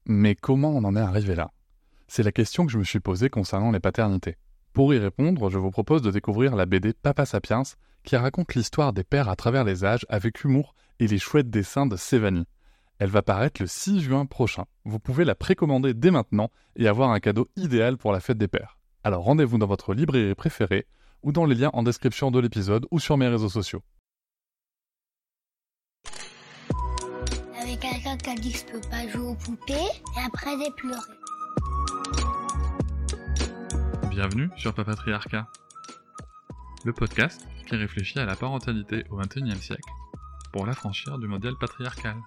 Mais comment on en est arrivé là? C'est la question que je me suis posée concernant les paternités. Pour y répondre, je vous propose de découvrir la BD Papa Sapiens, qui raconte l'histoire des pères à travers les âges avec humour et les chouettes dessins de Sévanie. Elle va paraître le 6 juin prochain. Vous pouvez la précommander dès maintenant et avoir un cadeau idéal pour la fête des pères. Alors rendez-vous dans votre librairie préférée ou dans les liens en description de l'épisode ou sur mes réseaux sociaux. Avec quelqu'un qui a dit que je peux pas jouer aux poupées et après j'ai pleuré. Bienvenue sur Papatriarcat, le podcast qui réfléchit à la parentalité au XXIe siècle pour l'affranchir du modèle patriarcal.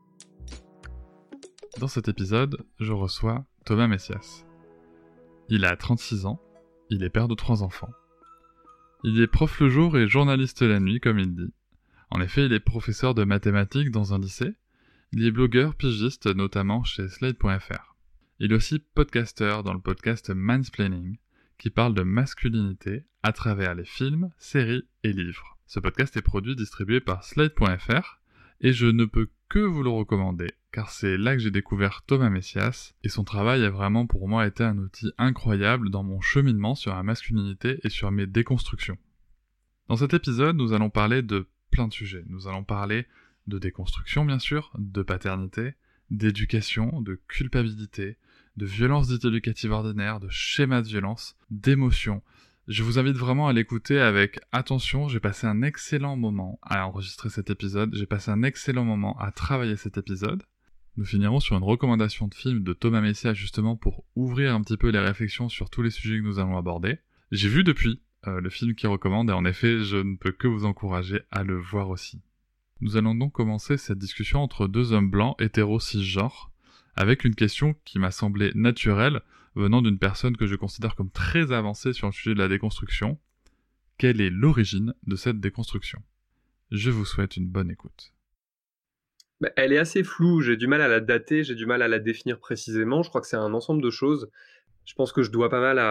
Dans cet épisode, je reçois Thomas Messias. Il a 36 ans, il est père de 3 enfants. Il est prof le jour et journaliste la nuit, comme il dit. En effet, il est professeur de mathématiques dans un lycée. Il est blogueur pigiste, notamment chez Slate.fr. Il est aussi podcasteur dans le podcast Mansplaining, qui parle de masculinité à travers les films, séries et livres. Ce podcast est produit et distribué par Slate.fr, et je ne peux que vous le recommander, car c'est là que j'ai découvert Thomas Messias, et son travail a vraiment pour moi été un outil incroyable dans mon cheminement sur la masculinité et sur mes déconstructions. Dans cet épisode, nous allons parler de plein de sujets. Nous allons parler de déconstruction, bien sûr, de paternité, d'éducation, de culpabilité, de violence dite éducative ordinaire, de schémas de violence, d'émotions. Je vous invite vraiment à l'écouter avec attention. J'ai passé un excellent moment à enregistrer cet épisode. J'ai passé un excellent moment à travailler cet épisode. Nous finirons sur une recommandation de film de Thomas Messias, justement pour ouvrir un petit peu les réflexions sur tous les sujets que nous allons aborder. J'ai vu depuis le film qu'il recommande et en effet, je ne peux que vous encourager à le voir aussi. Nous allons donc commencer cette discussion entre deux hommes blancs hétéros cisgenres, avec une question qui m'a semblé naturelle, venant d'une personne que je considère comme très avancée sur le sujet de la déconstruction. Quelle est l'origine de cette déconstruction? Je vous souhaite une bonne écoute. Elle est assez floue, j'ai du mal à la dater, j'ai du mal à la définir précisément, je crois que c'est un ensemble de choses. Je pense que je dois pas mal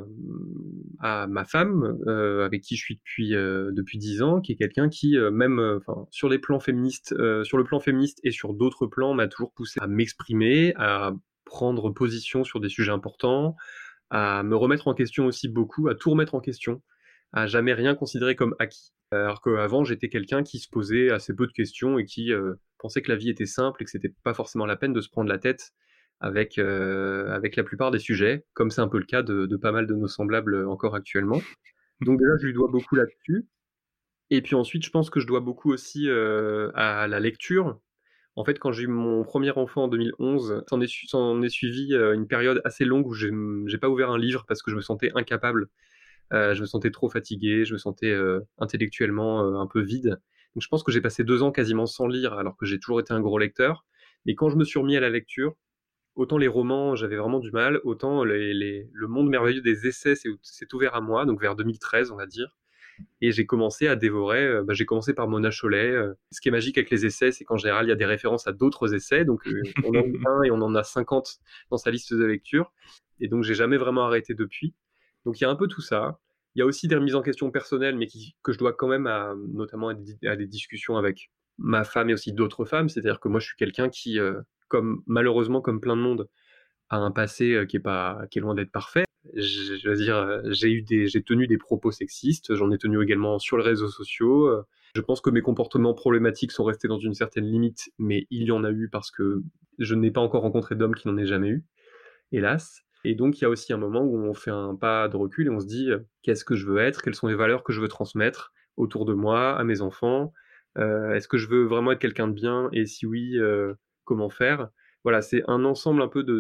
à ma femme, avec qui je suis depuis 10 ans, qui est quelqu'un qui, sur le plan féministe et sur d'autres plans, m'a toujours poussé à m'exprimer, à prendre position sur des sujets importants, à me remettre en question aussi beaucoup, à tout remettre en question, à jamais rien considérer comme acquis. Alors qu'avant, j'étais quelqu'un qui se posait assez peu de questions et qui pensait que la vie était simple et que c'était pas forcément la peine de se prendre la tête avec la plupart des sujets, comme c'est un peu le cas de pas mal de nos semblables encore actuellement. Donc déjà, je lui dois beaucoup là-dessus. Et puis ensuite, je pense que je dois beaucoup aussi à la lecture. En fait, quand j'ai eu mon premier enfant en 2011, s'en est suivi une période assez longue où j'ai pas ouvert un livre parce que je me sentais incapable. Je me sentais trop fatigué, je me sentais intellectuellement un peu vide. Donc je pense que j'ai passé 2 ans quasiment sans lire, alors que j'ai toujours été un gros lecteur. Et quand je me suis remis à la lecture, autant les romans, j'avais vraiment du mal, autant le monde merveilleux des essais s'est ouvert à moi, donc vers 2013, on va dire. Et j'ai commencé à dévorer, j'ai commencé par Mona Chollet. Ce qui est magique avec les essais, c'est qu'en général, il y a des références à d'autres essais, donc on en lit un et on en a 50 dans sa liste de lecture. Et donc, j'ai jamais vraiment arrêté depuis. Donc, il y a un peu tout ça. Il y a aussi des remises en question personnelles, mais que je dois quand même notamment à des discussions avec ma femme et aussi d'autres femmes. C'est-à-dire que moi, je suis quelqu'un qui, malheureusement, comme plein de monde, a un passé qui est loin d'être parfait. Je veux dire, j'ai tenu des propos sexistes, j'en ai tenu également sur les réseaux sociaux. Je pense que mes comportements problématiques sont restés dans une certaine limite, mais il y en a eu parce que je n'ai pas encore rencontré d'homme qui n'en ait jamais eu, hélas. Et donc, il y a aussi un moment où on fait un pas de recul et on se dit qu'est-ce que je veux être, quelles sont les valeurs que je veux transmettre autour de moi, à mes enfants, est-ce que je veux vraiment être quelqu'un de bien, et si oui, comment faire? Voilà, c'est un ensemble un peu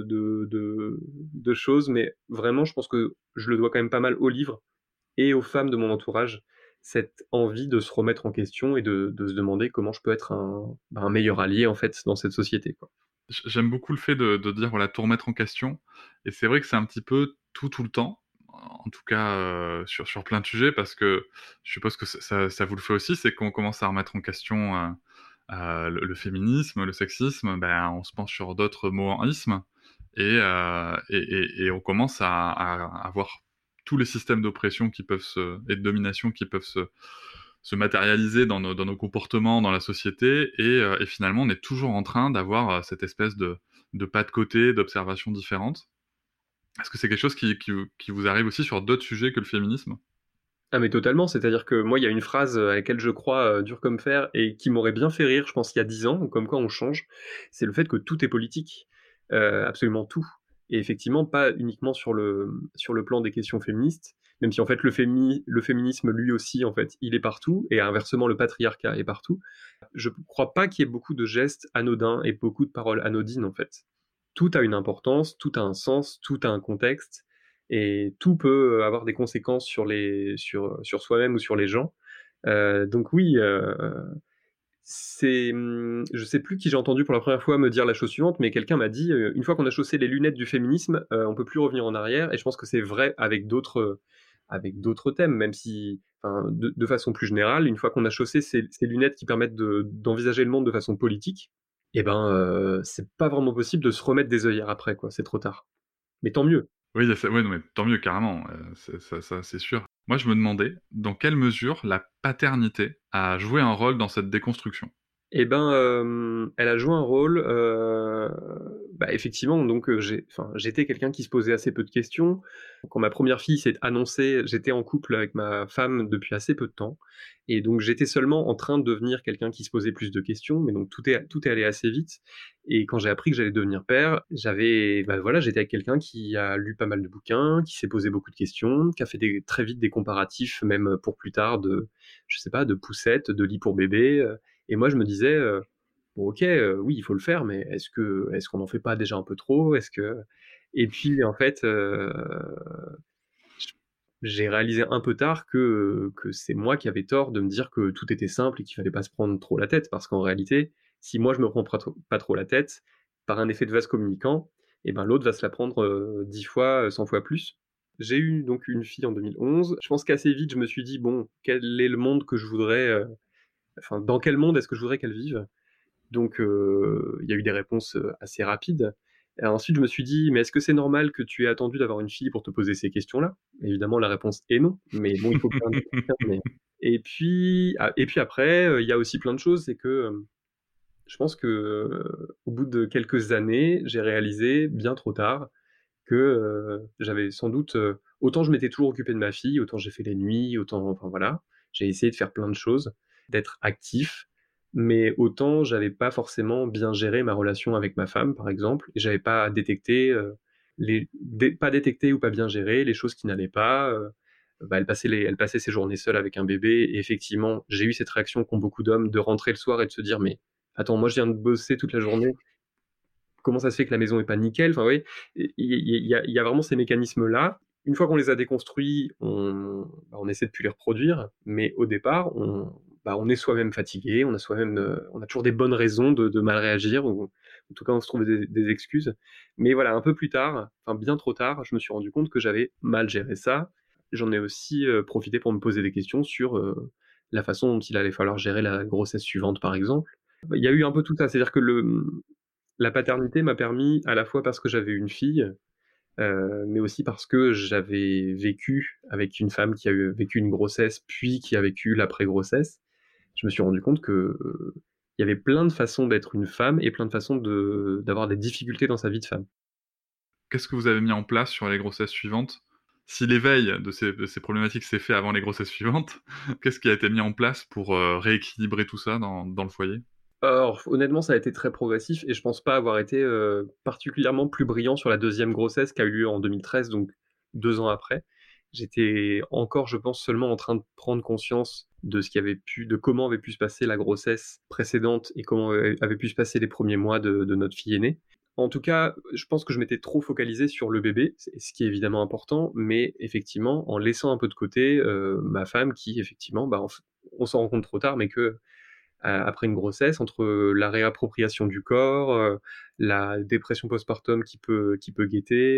de choses, mais vraiment, je pense que je le dois quand même pas mal aux livres et aux femmes de mon entourage, cette envie de se remettre en question et de se demander comment je peux être un meilleur allié, en fait, dans cette société, quoi. J'aime beaucoup le fait de dire, voilà, tout remettre en question. Et c'est vrai que c'est un petit peu tout le temps. En tout cas, sur plein de sujets, parce que je suppose que ça vous le fait aussi, c'est qu'on commence à remettre en question le féminisme, le sexisme, ben, on se penche sur d'autres mots en isme, et on commence à voir tous les systèmes d'oppression et de domination qui peuvent se matérialiser dans nos comportements, dans la société, et finalement on est toujours en train d'avoir cette espèce de de pas de côté, d'observations différentes. Est-ce que c'est quelque chose qui vous arrive aussi sur d'autres sujets que le féminisme? Ah mais totalement, c'est-à-dire que moi, il y a une phrase à laquelle je crois dure comme fer et qui m'aurait bien fait rire, je pense, il y a 10 ans, comme quoi on change, c'est le fait que tout est politique, absolument tout. Et effectivement, pas uniquement sur le plan des questions féministes, même si en fait le féminisme lui aussi, en fait, il est partout, et inversement, le patriarcat est partout. Je ne crois pas qu'il y ait beaucoup de gestes anodins et beaucoup de paroles anodines, en fait. Tout a une importance, tout a un sens, tout a un contexte, et tout peut avoir des conséquences sur soi-même ou sur les gens. Donc oui, je sais plus qui j'ai entendu pour la première fois me dire la chose suivante, mais quelqu'un m'a dit, une fois qu'on a chaussé les lunettes du féminisme, on peut plus revenir en arrière. Et je pense que c'est vrai avec d'autres thèmes, même si, enfin, de façon plus générale, une fois qu'on a chaussé ces lunettes qui permettent d'envisager le monde de façon politique, et ben, c'est pas vraiment possible de se remettre des œillères après, quoi. C'est trop tard. Mais tant mieux. Oui, ouais, non, mais tant mieux, carrément, ça, c'est sûr. Moi, je me demandais dans quelle mesure la paternité a joué un rôle dans cette déconstruction. Eh ben, elle a joué un rôle, bah, effectivement, donc j'étais quelqu'un qui se posait assez peu de questions. Quand ma première fille s'est annoncée, j'étais en couple avec ma femme depuis assez peu de temps, et donc j'étais seulement en train de devenir quelqu'un qui se posait plus de questions, mais donc tout est allé assez vite. Et quand j'ai appris que j'allais devenir père, bah, voilà, j'étais avec quelqu'un qui a lu pas mal de bouquins, qui s'est posé beaucoup de questions, qui a fait très vite des comparatifs, même pour plus tard, je sais pas, de poussettes, de lits pour bébé. Et moi, je me disais, bon, ok, oui, il faut le faire, mais est-ce qu'on n'en fait pas déjà un peu trop? Et puis, en fait, j'ai réalisé un peu tard que c'est moi qui avais tort de me dire que tout était simple et qu'il fallait pas se prendre trop la tête, parce qu'en réalité, si moi je me prends pas trop la tête, par un effet de vase communicant, et ben l'autre va se la prendre 10 fois, 100 fois plus. J'ai eu donc une fille en 2011. Je pense qu'assez vite, je me suis dit, bon, quel est le monde que je voudrais, enfin, dans quel monde est-ce que je voudrais qu'elle vive? Donc, il y a eu des réponses assez rapides. Et ensuite, je me suis dit, mais est-ce que c'est normal que tu aies attendu d'avoir une fille pour te poser ces questions-là? Évidemment, la réponse est non, mais bon, il faut quand même mais... Et puis après, il y a aussi plein de choses, c'est que je pense que au bout de quelques années, j'ai réalisé bien trop tard que j'avais sans doute autant je m'étais toujours occupé de ma fille, autant j'ai fait les nuits, autant, enfin voilà, j'ai essayé de faire plein de choses, d'être actif, mais autant j'avais pas forcément bien géré ma relation avec ma femme, par exemple, et j'avais pas détecté pas détecté ou pas bien géré les choses qui n'allaient pas. Bah, elle passait ses journées seule avec un bébé, et effectivement, j'ai eu cette réaction qu'ont beaucoup d'hommes de rentrer le soir et de se dire, mais attends, moi je viens de bosser toute la journée, comment ça se fait que la maison est pas nickel? Enfin, oui, il y a vraiment ces mécanismes-là. Une fois qu'on les a déconstruits, on essaie de plus les reproduire, mais au départ, on est soi-même fatigué, on a toujours des bonnes raisons de mal réagir, ou en tout cas, on se trouve des excuses. Mais voilà, un peu plus tard, enfin bien trop tard, je me suis rendu compte que j'avais mal géré ça. J'en ai aussi profité pour me poser des questions sur la façon dont il allait falloir gérer la grossesse suivante, par exemple. Il y a eu un peu tout ça, c'est-à-dire que la paternité m'a permis, à la fois parce que j'avais une fille, mais aussi parce que j'avais vécu avec une femme qui a vécu une grossesse, puis qui a vécu l'après-grossesse. Je me suis rendu compte que il y avait plein de façons d'être une femme et plein de façons d'avoir des difficultés dans sa vie de femme. Qu'est-ce que vous avez mis en place sur les grossesses suivantes? Si l'éveil de ces problématiques s'est fait avant les grossesses suivantes, qu'est-ce qui a été mis en place pour rééquilibrer tout ça dans le foyer? Alors, honnêtement, ça a été très progressif, et je pense pas avoir été particulièrement plus brillant sur la deuxième grossesse qui a eu lieu en 2013, donc 2 ans après. J'étais encore, je pense, seulement en train de prendre conscience de comment avait pu se passer la grossesse précédente et comment avaient pu se passer les premiers mois de notre fille aînée. En tout cas, je pense que je m'étais trop focalisé sur le bébé, ce qui est évidemment important, mais effectivement, en laissant un peu de côté ma femme qui, effectivement, bah, on s'en rend compte trop tard, mais que après une grossesse, entre la réappropriation du corps, la dépression postpartum qui peut guetter,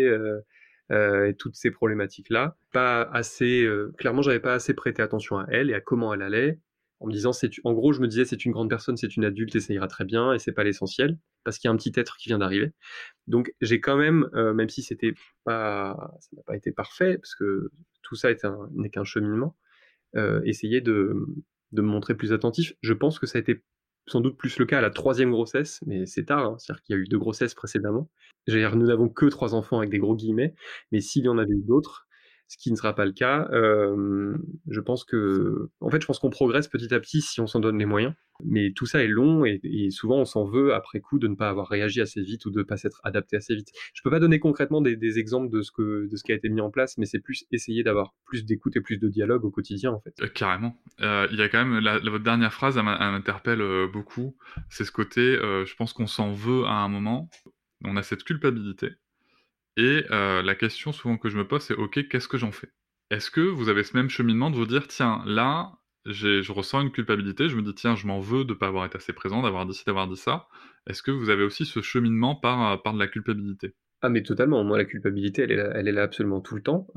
et toutes ces problématiques-là. Pas assez, clairement, j'avais pas assez prêté attention à elle et à comment elle allait, en me disant, en gros, je me disais, c'est une grande personne, c'est une adulte, et ça ira très bien, et c'est pas l'essentiel, parce qu'il y a un petit être qui vient d'arriver. Donc, j'ai quand même, même si ça n'a pas été parfait, parce que tout ça n'est qu'un cheminement, essayé de me montrer plus attentif. Je pense que ça a été sans doute plus le cas à la 3e grossesse, mais c'est tard, hein, c'est-à-dire qu'il y a eu 2 grossesses précédemment. J'allais dire, nous n'avons que 3 enfants avec des gros guillemets, mais s'il y en avait eu d'autres, ce qui ne sera pas le cas, je pense je pense qu'on progresse petit à petit si on s'en donne les moyens. Mais tout ça est long et souvent on s'en veut après coup de ne pas avoir réagi assez vite ou de ne pas s'être adapté assez vite. Je peux pas donner concrètement des exemples de ce qui a été mis en place, mais c'est plus essayer d'avoir plus d'écoute et plus de dialogue au quotidien, en fait. Carrément. Il y a quand même votre dernière phrase, elle m'interpelle beaucoup. C'est ce côté, je pense qu'on s'en veut à un moment. On a cette culpabilité. Et la question souvent que je me pose, c'est OK, qu'est-ce que j'en fais? Est-ce que vous avez ce même cheminement de vous dire: «Tiens, là, je ressens une culpabilité, je me dis: "Tiens, je m'en veux de pas avoir été assez présent, d'avoir dit ci, d'avoir dit ça"». Est-ce que vous avez aussi ce cheminement par de la culpabilité? Ah mais totalement, moi la culpabilité elle est là absolument tout le temps.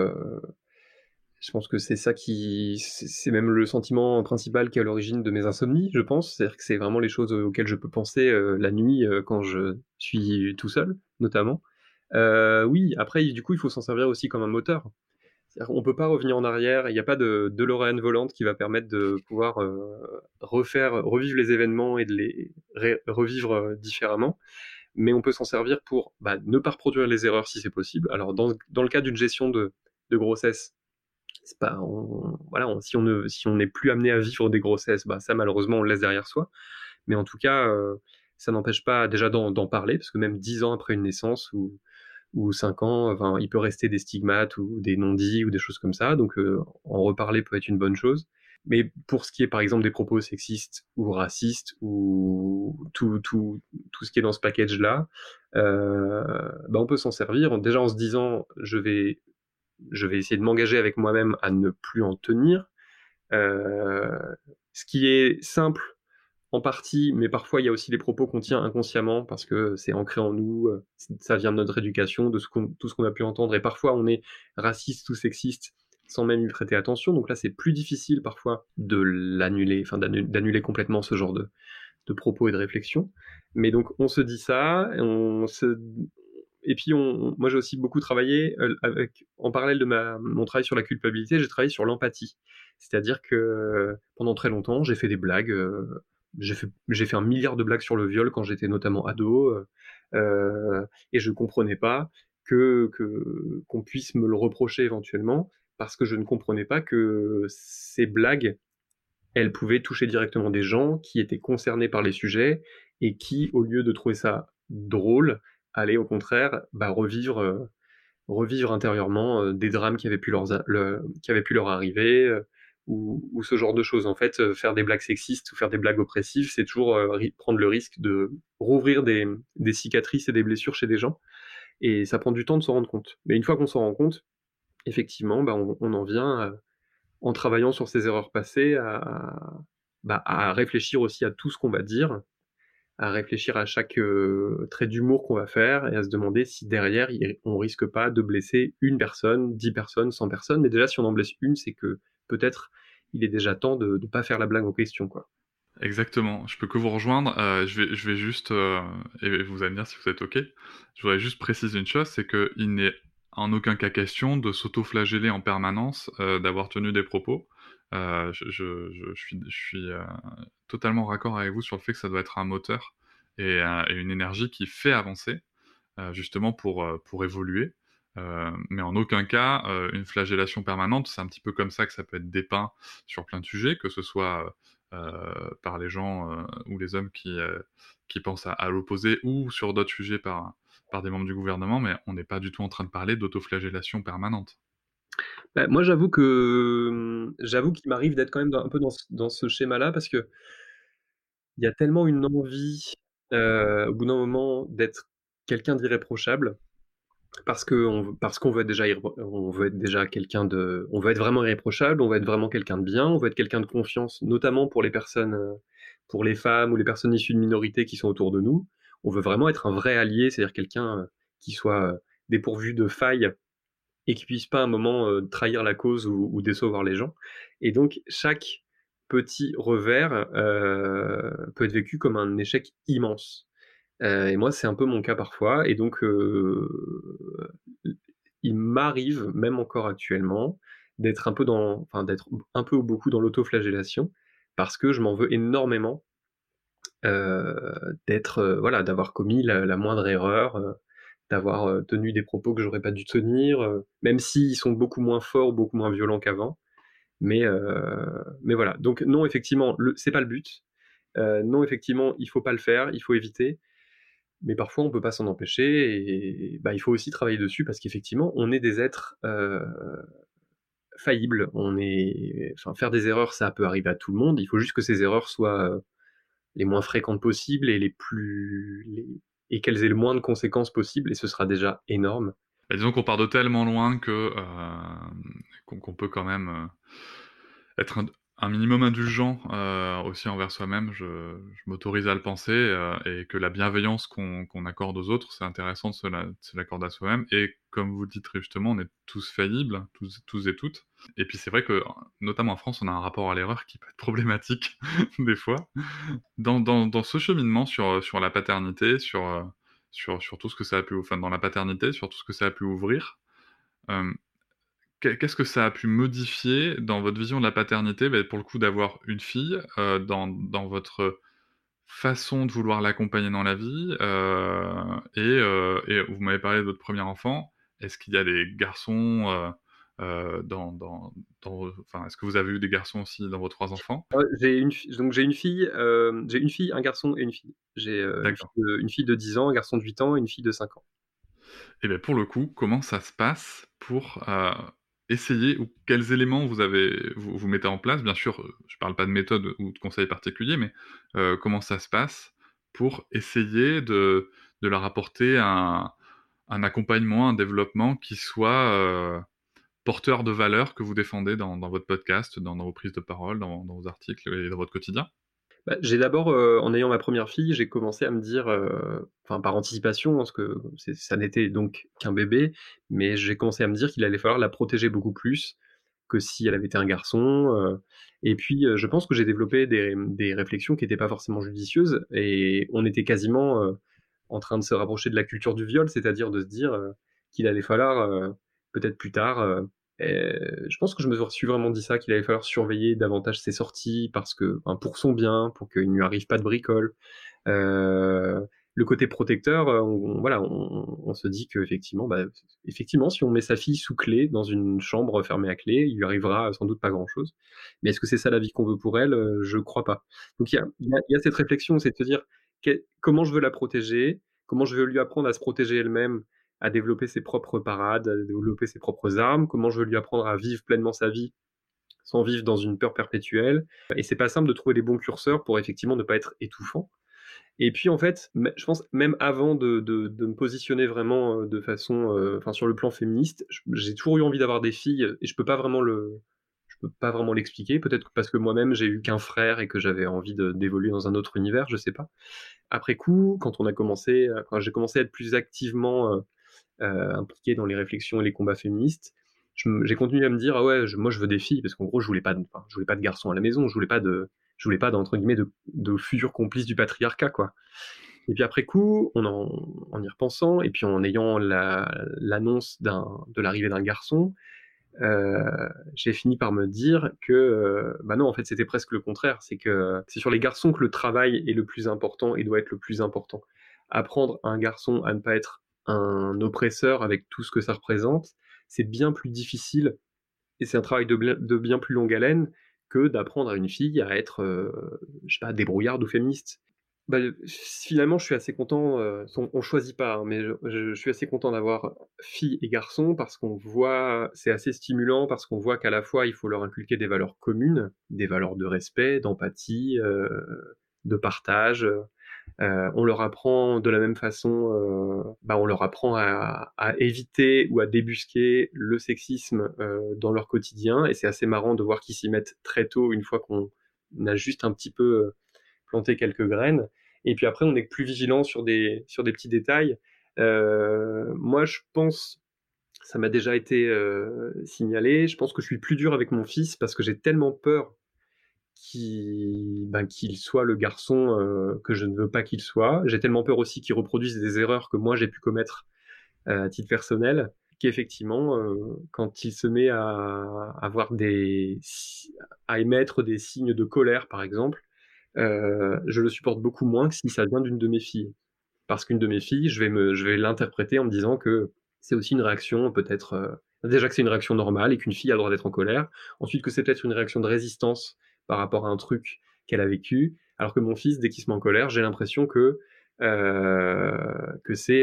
Je pense que c'est ça c'est même le sentiment principal qui est à l'origine de mes insomnies, je pense. C'est-à-dire que c'est vraiment les choses, auxquelles je peux penser, la nuit, quand je suis tout seul, notamment. Oui, après du coup, il faut s'en servir aussi comme un moteur. C'est-à-dire on peut pas revenir en arrière, il y a pas de DeLorean volante qui va permettre de pouvoir, revivre les événements et de les revivre, différemment. Mais on peut s'en servir pour, ne pas reproduire les erreurs si c'est possible. Alors dans le cas d'une gestion de grossesse, c'est pas si on n'est plus amené à vivre des grossesses, ça malheureusement on le laisse derrière soi. Mais en tout cas, ça n'empêche pas déjà d'en parler, parce que même 10 ans après une naissance ou 5 ans, enfin, il peut rester des stigmates ou des non-dits ou des choses comme ça, donc en reparler peut être une bonne chose. Mais pour ce qui est par exemple des propos sexistes ou racistes ou tout ce qui est dans ce package-là, on peut s'en servir déjà en se disant je vais essayer de m'engager avec moi-même à ne plus en tenir. Ce qui est simple en partie, mais parfois il y a aussi les propos qu'on tient inconsciemment parce que c'est ancré en nous, ça vient de notre éducation, de tout ce qu'on a pu entendre, et parfois on est raciste ou sexiste sans même y prêter attention, donc là c'est plus difficile parfois de l'annuler, enfin d'annuler complètement ce genre de propos et de réflexions. Mais donc on se dit ça, et puis moi j'ai aussi beaucoup travaillé en parallèle de mon travail sur la culpabilité, j'ai travaillé sur l'empathie. C'est-à-dire que pendant très longtemps j'ai fait des blagues, j'ai fait un milliard de blagues sur le viol quand j'étais notamment ado, et je comprenais pas qu'on puisse me le reprocher éventuellement, parce que je ne comprenais pas que ces blagues, elles pouvaient toucher directement des gens qui étaient concernés par les sujets et qui, au lieu de trouver ça drôle, allaient au contraire revivre intérieurement des drames qui avaient pu leur arriver, ou ce genre de choses. En fait, faire des blagues sexistes ou faire des blagues oppressives, c'est toujours prendre le risque de rouvrir des cicatrices et des blessures chez des gens. Et ça prend du temps de s'en rendre compte. Mais une fois qu'on s'en rend compte, effectivement, on en vient, en travaillant sur ses erreurs passées, à réfléchir aussi à tout ce qu'on va dire, à réfléchir à chaque trait d'humour qu'on va faire et à se demander si derrière on risque pas de blesser une personne, 10 personnes, 100 personnes. Mais déjà, si on en blesse une, c'est que peut-être il est déjà temps de ne pas faire la blague en question, quoi. Exactement, je peux que vous rejoindre. Je vais juste, et vous allez me dire si vous êtes OK. Je voudrais juste préciser une chose, c'est qu'il n'est en aucun cas question de s'auto-flageller en permanence, d'avoir tenu des propos. Je suis totalement raccord avec vous sur le fait que ça doit être un moteur et une énergie qui fait avancer, justement pour évoluer. Mais en aucun cas, une flagellation permanente. C'est un petit peu comme ça que ça peut être dépeint sur plein de sujets, que ce soit par les gens ou les hommes qui pensent à l'opposé, ou sur d'autres sujets par des membres du gouvernement, mais on n'est pas du tout en train de parler d'autoflagellation permanente. Moi, j'avoue qu'il m'arrive d'être quand même un peu dans ce schéma-là, parce que il y a tellement une envie, au bout d'un moment, d'être quelqu'un d'irréprochable, parce qu'on veut être déjà on veut être vraiment irréprochable, on veut être vraiment quelqu'un de bien, on veut être quelqu'un de confiance, notamment pour les personnes, pour les femmes ou les personnes issues de minorités qui sont autour de nous. On veut vraiment être un vrai allié, c'est-à-dire quelqu'un qui soit dépourvu de failles et qui puisse pas à un moment trahir la cause ou décevoir les gens. Et donc chaque petit revers peut être vécu comme un échec immense. Et moi, c'est un peu mon cas parfois, et donc il m'arrive, même encore actuellement, d'être un peu ou beaucoup dans l'autoflagellation, parce que je m'en veux énormément voilà, d'avoir commis la moindre erreur, d'avoir tenu des propos que j'aurais pas dû tenir, même s'ils sont beaucoup moins forts, beaucoup moins violents qu'avant. Mais voilà. Donc non, effectivement, c'est pas le but. Non, effectivement, il faut pas le faire, il faut éviter. Mais parfois, on peut pas s'en empêcher et bah, il faut aussi travailler dessus parce qu'effectivement, on est des êtres faillibles. Enfin, faire des erreurs, ça peut arriver à tout le monde. Il faut juste que ces erreurs soient les moins fréquentes possibles et et qu'elles aient le moins de conséquences possibles et ce sera déjà énorme. Bah, disons qu'on part de tellement loin que qu'on peut quand même être un minimum indulgent aussi envers soi-même. Je m'autorise à le penser et que la bienveillance qu'on accorde aux autres, c'est intéressant de se l'accorder à soi-même. Et comme vous le dites très justement, on est tous faillibles, tous et toutes. Et puis c'est vrai que, notamment en France, on a un rapport à l'erreur qui peut être problématique des fois. Dans ce cheminement sur la paternité, sur tout ce que ça a pu, enfin dans la paternité, sur tout ce que ça a pu ouvrir, euh, qu'est-ce que ça a pu modifier dans votre vision de la paternité, pour le coup d'avoir une fille, dans votre façon de vouloir l'accompagner dans la vie, et vous m'avez parlé de votre premier enfant. Est-ce qu'il y a des garçons enfin, est-ce que vous avez eu des garçons aussi dans vos 3 enfants? Donc j'ai une fille, un garçon et une fille. J'ai D'accord. une fille de 10 ans, un garçon de 8 ans et une fille de 5 ans. Et bien pour le coup, comment ça se passe pour essayer, ou quels éléments vous mettez en place? Bien sûr, je parle pas de méthode ou de conseils particuliers, mais comment ça se passe pour essayer de leur apporter un accompagnement, un développement qui soit porteur de valeurs que vous défendez dans votre podcast, dans vos prises de parole, dans vos articles et dans votre quotidien? Bah, j'ai d'abord, en ayant ma première fille, j'ai commencé à me dire, enfin par anticipation, parce que ça n'était donc qu'un bébé, mais j'ai commencé à me dire qu'il allait falloir la protéger beaucoup plus que si elle avait été un garçon, et puis, je pense que j'ai développé des réflexions qui étaient pas forcément judicieuses et on était quasiment, en train de se rapprocher de la culture du viol, c'est-à-dire de se dire, qu'il allait falloir, peut-être plus tard, je pense que je me suis vraiment dit ça, qu'il allait falloir surveiller davantage ses sorties parce que, enfin, pour son bien, pour qu'il ne lui arrive pas de bricole. Heu, le côté protecteur, voilà, on se dit qu'effectivement, bah, effectivement, si on met sa fille sous clé dans une chambre fermée à clé, il lui arrivera sans doute pas grand-chose. Mais est-ce que c'est ça la vie qu'on veut pour elle? Je crois pas. Donc il y a cette réflexion, c'est de se dire: comment je veux la protéger? Comment je veux lui apprendre à se protéger elle-même, à développer ses propres parades, à développer ses propres armes? Comment je veux lui apprendre à vivre pleinement sa vie, sans vivre dans une peur perpétuelle? Et c'est pas simple de trouver les bons curseurs pour effectivement ne pas être étouffant. Et puis en fait, je pense même avant de me positionner vraiment, de façon, enfin sur le plan féministe, j'ai toujours eu envie d'avoir des filles et je peux pas vraiment l'expliquer. Peut-être que parce que moi-même j'ai eu qu'un frère et que j'avais envie d'évoluer dans un autre univers, je sais pas. Après coup, quand j'ai commencé à être plus activement, impliqué dans les réflexions et les combats féministes, j'ai continué à me dire: «Ah ouais, moi je veux des filles», parce qu'en gros je voulais pas de garçons à la maison, je voulais pas d'entre guillemets de futurs complices du patriarcat, quoi. Et puis après coup, en y repensant et puis en ayant l'annonce de l'arrivée d'un garçon, heu, j'ai fini par me dire que, bah non, en fait, c'était presque le contraire. C'est que c'est sur les garçons que le travail est le plus important et doit être le plus important. Apprendre à un garçon à ne pas être un oppresseur avec tout ce que ça représente, c'est bien plus difficile et c'est un travail de bien plus longue haleine que d'apprendre à une fille à être, je sais pas, débrouillarde ou féministe. Bah, finalement, je suis assez content, on choisit pas, hein, mais je suis assez content d'avoir filles et garçons parce qu'on voit c'est assez stimulant parce qu'on voit qu'à la fois, il faut leur inculquer des valeurs communes, des valeurs de respect, d'empathie, de partage, on leur apprend de la même façon, bah, on leur apprend à éviter ou à débusquer le sexisme, dans leur quotidien et c'est assez marrant de voir qu'ils s'y mettent très tôt une fois qu'on a juste un petit peu, planté quelques graines et puis après on est plus vigilant sur des petits détails. Moi je pense, ça m'a déjà été, signalé, je pense que je suis plus dur avec mon fils parce que j'ai tellement peur qu'il soit le garçon, que je ne veux pas qu'il soit. J'ai tellement peur aussi qu'il reproduise des erreurs que moi j'ai pu commettre, à titre personnel, qu'effectivement, quand il se met à avoir à émettre des signes de colère, par exemple, je le supporte beaucoup moins que si ça vient d'une de mes filles. Parce qu'une de mes filles, je vais l'interpréter en me disant que c'est aussi une réaction peut-être, déjà que c'est une réaction normale et qu'une fille a le droit d'être en colère. Ensuite que c'est peut-être une réaction de résistance par rapport à un truc qu'elle a vécu. Alors que mon fils, dès qu'il se met en colère, j'ai l'impression que c'est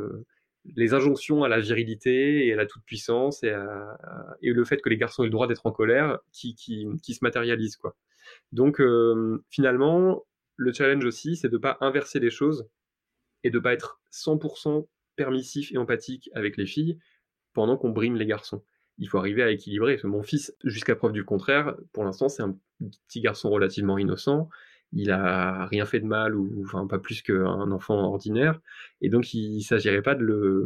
les injonctions à la virilité et à la toute-puissance et le fait que les garçons aient le droit d'être en colère qui se matérialisent, quoi. Donc finalement, le challenge aussi, c'est de ne pas inverser les choses et de pas être 100% permissif et empathique avec les filles pendant qu'on brime les garçons. Il faut arriver à équilibrer. Parce que mon fils, jusqu'à preuve du contraire, pour l'instant, c'est un petit garçon relativement innocent. Il a rien fait de mal, ou enfin pas plus qu'un enfant ordinaire. Et donc, il s'agirait pas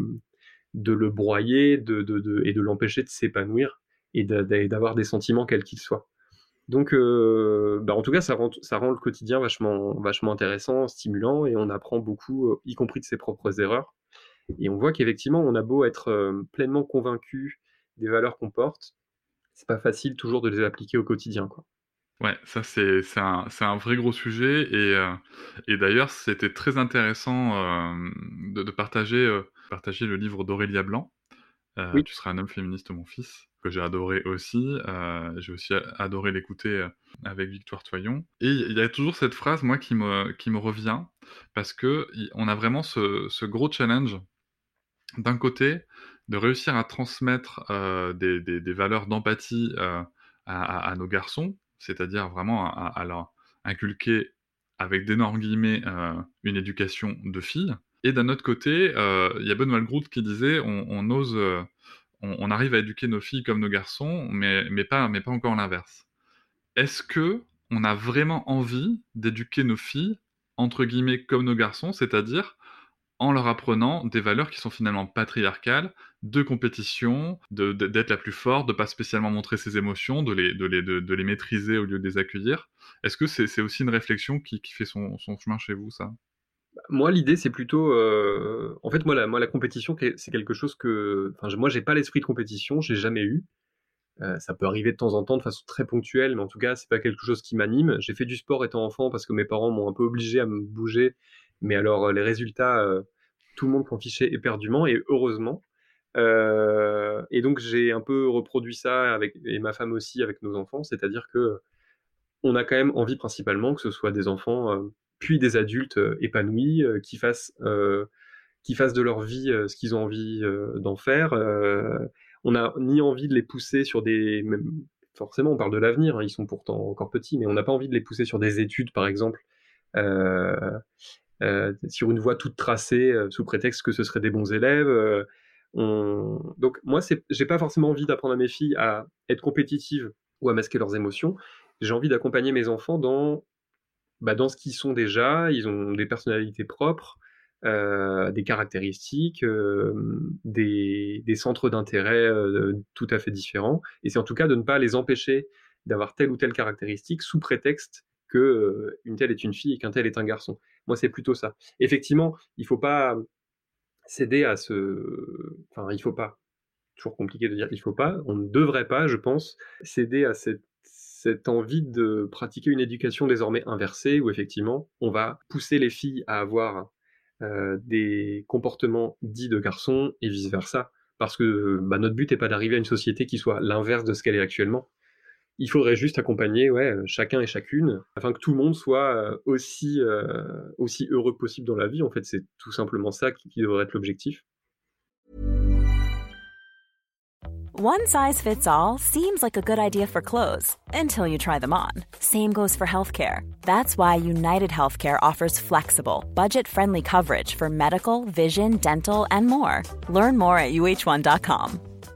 de le broyer et de l'empêcher de s'épanouir et d'avoir des sentiments quels qu'ils soient. Donc, en tout cas, ça rend le quotidien vachement intéressant, stimulant, et on apprend beaucoup, y compris de ses propres erreurs. Et on voit qu'effectivement, on a beau être pleinement convaincu des valeurs qu'on porte, c'est pas facile toujours de les appliquer au quotidien, quoi. Ouais, ça c'est un vrai gros sujet et d'ailleurs c'était très intéressant de partager le livre d'Aurélia Blanc. Oui, Tu seras un homme féministe, mon fils, que j'ai adoré aussi. J'ai aussi adoré l'écouter avec Victoire Toyon. Et il y a toujours cette phrase, moi, qui me revient, parce que on a vraiment ce gros challenge, d'un côté, de réussir à transmettre des valeurs d'empathie à nos garçons, c'est-à-dire vraiment à leur inculquer, avec d'énormes guillemets, une éducation de fille. Et d'un autre côté, il y a Benoît Groult qui disait on ose, on arrive à éduquer nos filles comme nos garçons, mais pas encore l'inverse. Est-ce que on a vraiment envie d'éduquer nos filles, entre guillemets, comme nos garçons, c'est-à-dire en leur apprenant des valeurs qui sont finalement patriarcales, de compétition, d'être la plus forte, de pas spécialement montrer ses émotions, de les maîtriser au lieu de les accueillir. Est-ce que c'est aussi une réflexion qui fait son chemin chez vous, ça? moi, l'idée, c'est plutôt, en fait, moi, la compétition, c'est quelque chose que, enfin, moi, j'ai pas l'esprit de compétition, j'ai jamais eu. Ça peut arriver de temps en temps de façon très ponctuelle, mais en tout cas, c'est pas quelque chose qui m'anime. J'ai fait du sport étant enfant parce que mes parents m'ont un peu obligé à me bouger, mais alors les résultats, tout le monde s'en fichait éperdument, et heureusement. Et donc j'ai un peu reproduit ça avec, et ma femme aussi, avec nos enfants, c'est-à-dire que on a quand même envie principalement que ce soit des enfants, puis des adultes épanouis, qui fassent de leur vie ce qu'ils ont envie d'en faire. On n'a ni envie de les pousser sur des... Même, forcément, on parle de l'avenir, hein, ils sont pourtant encore petits, mais on n'a pas envie de les pousser sur des études, par exemple, euh, sur une voie toute tracée, sous prétexte que ce seraient des bons élèves. Donc moi, j'ai pas forcément envie d'apprendre à mes filles à être compétitives ou à masquer leurs émotions. J'ai envie d'accompagner mes enfants dans ce qu'ils sont déjà. Ils ont des personnalités propres, des caractéristiques, des centres d'intérêt tout à fait différents. Et c'est en tout cas de ne pas les empêcher d'avoir telle ou telle caractéristique sous prétexte que une telle est une fille et qu'un tel est un garçon. Moi, c'est plutôt ça. Effectivement, il faut pas céder à ce... Enfin, il faut pas. Toujours compliqué de dire il faut pas. On ne devrait pas, je pense, céder à cette envie de pratiquer une éducation désormais inversée, où effectivement, on va pousser les filles à avoir des comportements dits de garçons et vice-versa. Parce que notre but n'est pas d'arriver à une société qui soit l'inverse de ce qu'elle est actuellement. Il faudrait juste accompagner chacun et chacune, afin que tout le monde soit aussi heureux possible dans la vie. En fait, c'est tout simplement ça qui devrait être l'objectif. One size fits all seems like a good idea for clothes until you try them on. Same goes for healthcare. That's why United Healthcare offers flexible, budget-friendly coverage for medical, vision, dental, and more. Learn more at uh1.com.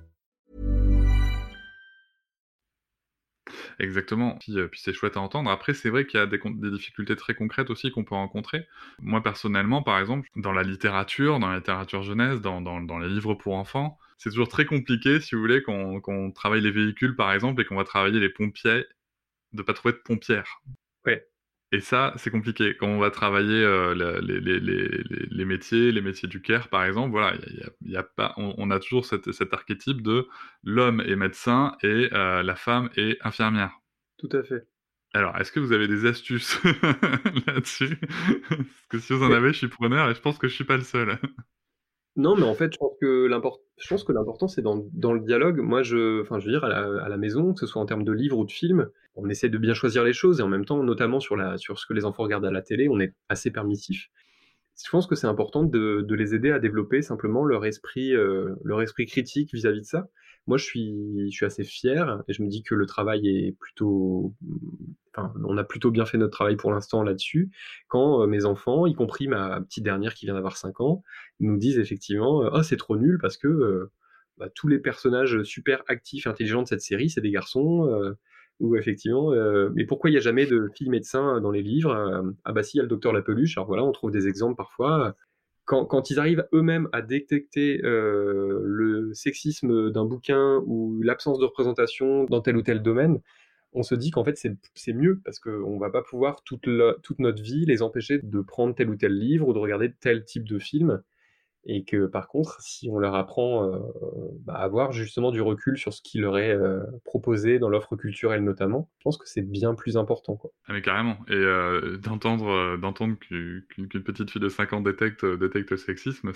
Exactement. Puis c'est chouette à entendre. Après, c'est vrai qu'il y a des difficultés très concrètes aussi qu'on peut rencontrer. Moi, personnellement, par exemple, dans la littérature jeunesse, dans les livres pour enfants, c'est toujours très compliqué, si vous voulez, qu'on travaille les véhicules, par exemple, et qu'on va travailler les pompiers, de pas trouver de pompières. Ouais. Et ça, c'est compliqué. Quand on va travailler les métiers du care, par exemple, voilà, y a pas, on a toujours cet archétype de l'homme est médecin et la femme est infirmière. Tout à fait. Alors, est-ce que vous avez des astuces là-dessus? Parce que si vous en avez, je suis preneur et je pense que je suis pas le seul. Non, mais en fait, je pense que l'important, c'est dans le dialogue. Moi, enfin, je veux dire, à la maison, que ce soit en termes de livres ou de films, on essaie de bien choisir les choses et en même temps, notamment sur ce que les enfants regardent à la télé, on est assez permissif. Je pense que c'est important de les aider à développer simplement leur esprit critique vis-à-vis de ça. Moi, je suis assez fier et je me dis que le travail est plutôt, enfin, on a plutôt bien fait notre travail pour l'instant là-dessus. Quand mes enfants, y compris ma petite dernière qui vient d'avoir 5 ans, nous disent effectivement, oh c'est trop nul parce que bah, tous les personnages super actifs et intelligents de cette série, c'est des garçons. Ou effectivement, mais pourquoi il n'y a jamais de fille médecin dans les livres? Ah bah si, il y a le docteur Lapeluche. Alors voilà, on trouve des exemples parfois. Quand ils arrivent eux-mêmes à détecter le sexisme d'un bouquin ou l'absence de représentation dans tel ou tel domaine, on se dit qu'en fait c'est mieux parce qu'on va pas pouvoir toute notre vie les empêcher de prendre tel ou tel livre ou de regarder tel type de film. Et que par contre, si on leur apprend bah, à avoir justement du recul sur ce qui leur est proposé dans l'offre culturelle notamment, je pense que c'est bien plus important, quoi. Ah mais carrément. Et d'entendre qu'une petite fille de 5 ans détecte le sexisme,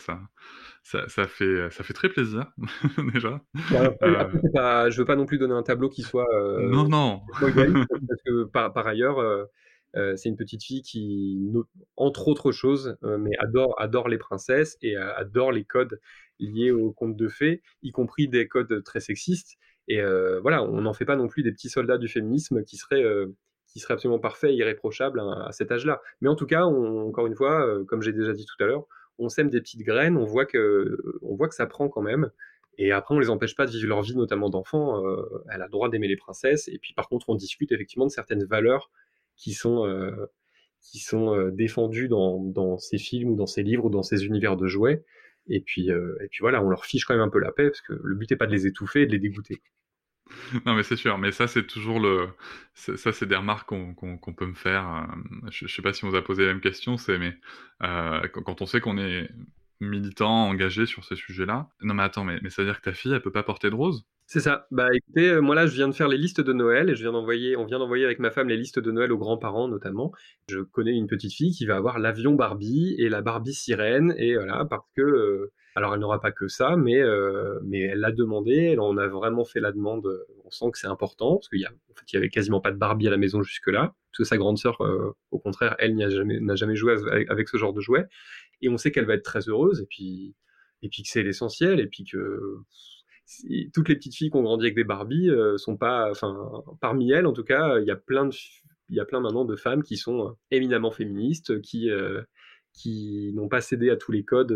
ça fait très plaisir déjà. Bon, Euh, après, je veux pas non plus donner un tableau qui soit non, non. complètement égaliste, parce que par ailleurs, c'est une petite fille qui, entre autres choses, mais adore les princesses et adore les codes liés aux contes de fées, y compris des codes très sexistes. Et voilà, on n'en fait pas non plus des petits soldats du féminisme qui seraient absolument parfaits et irréprochables à cet âge-là. Mais en tout cas, encore une fois, comme j'ai déjà dit tout à l'heure, on sème des petites graines, on voit que ça prend quand même. Et après, on les empêche pas de vivre leur vie, notamment d'enfants. Elle a le droit d'aimer les princesses. Et puis, par contre, on discute effectivement de certaines valeurs qui sont défendues dans ces films ou dans ces livres ou dans ces univers de jouets. Et puis voilà, on leur fiche quand même un peu la paix parce que le but n'est pas de les étouffer et de les dégoûter. Non, mais c'est sûr. Mais ça, c'est toujours ça, c'est des remarques qu'on peut me faire. Je sais pas si on vous a posé la même question, mais quand on sait qu'on est militant, engagé sur ces sujets-là. Non, mais attends, mais ça veut dire que ta fille, elle peut pas porter de rose? C'est ça. Bah écoutez, moi là, je viens de faire les listes de Noël et on vient d'envoyer avec ma femme les listes de Noël aux grands-parents notamment. Je connais une petite fille qui va avoir l'avion Barbie et la Barbie sirène et voilà parce que alors elle n'aura pas que ça, mais elle l'a demandé. On a vraiment fait la demande. On sent que c'est important parce qu'il y avait quasiment pas de Barbie à la maison jusque-là. Parce que sa grande sœur, au contraire, elle n'a jamais joué avec ce genre de jouet. Et on sait qu'elle va être très heureuse et puis que c'est l'essentiel et puis que toutes les petites filles qui ont grandi avec des Barbie sont pas, enfin, parmi elles en tout cas, il y a plein maintenant de femmes qui sont éminemment féministes, qui n'ont pas cédé à tous les codes,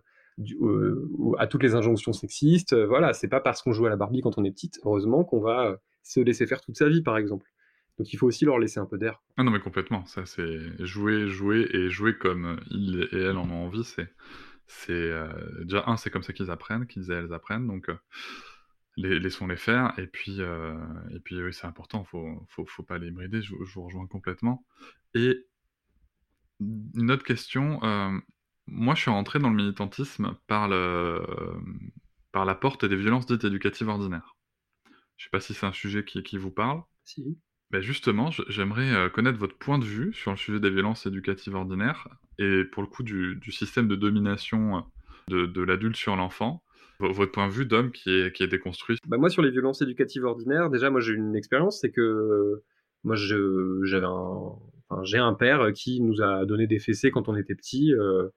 à toutes les injonctions sexistes. Voilà, c'est pas parce qu'on joue à la Barbie quand on est petite, heureusement, qu'on va se laisser faire toute sa vie, par exemple. Donc il faut aussi leur laisser un peu d'air. Ah non, mais complètement. Ça, c'est jouer comme ils et elles en ont envie. Déjà, c'est comme ça qu'ils et elles apprennent. Donc, laissons-les faire. Et puis oui, c'est important. Faut pas les brider. Je vous rejoins complètement. Et une autre question. Moi, je suis rentré dans le militantisme par la porte des violences dites éducatives ordinaires. Je sais pas si c'est un sujet qui vous parle. Si. Ben justement, j'aimerais connaître votre point de vue sur le sujet des violences éducatives ordinaires et pour le coup du système de domination de l'adulte sur l'enfant. Votre point de vue d'homme qui est déconstruit. Bah moi, sur les violences éducatives ordinaires, déjà, moi, j'ai une expérience, c'est que moi, j'ai un père qui nous a donné des fessées quand on était petit.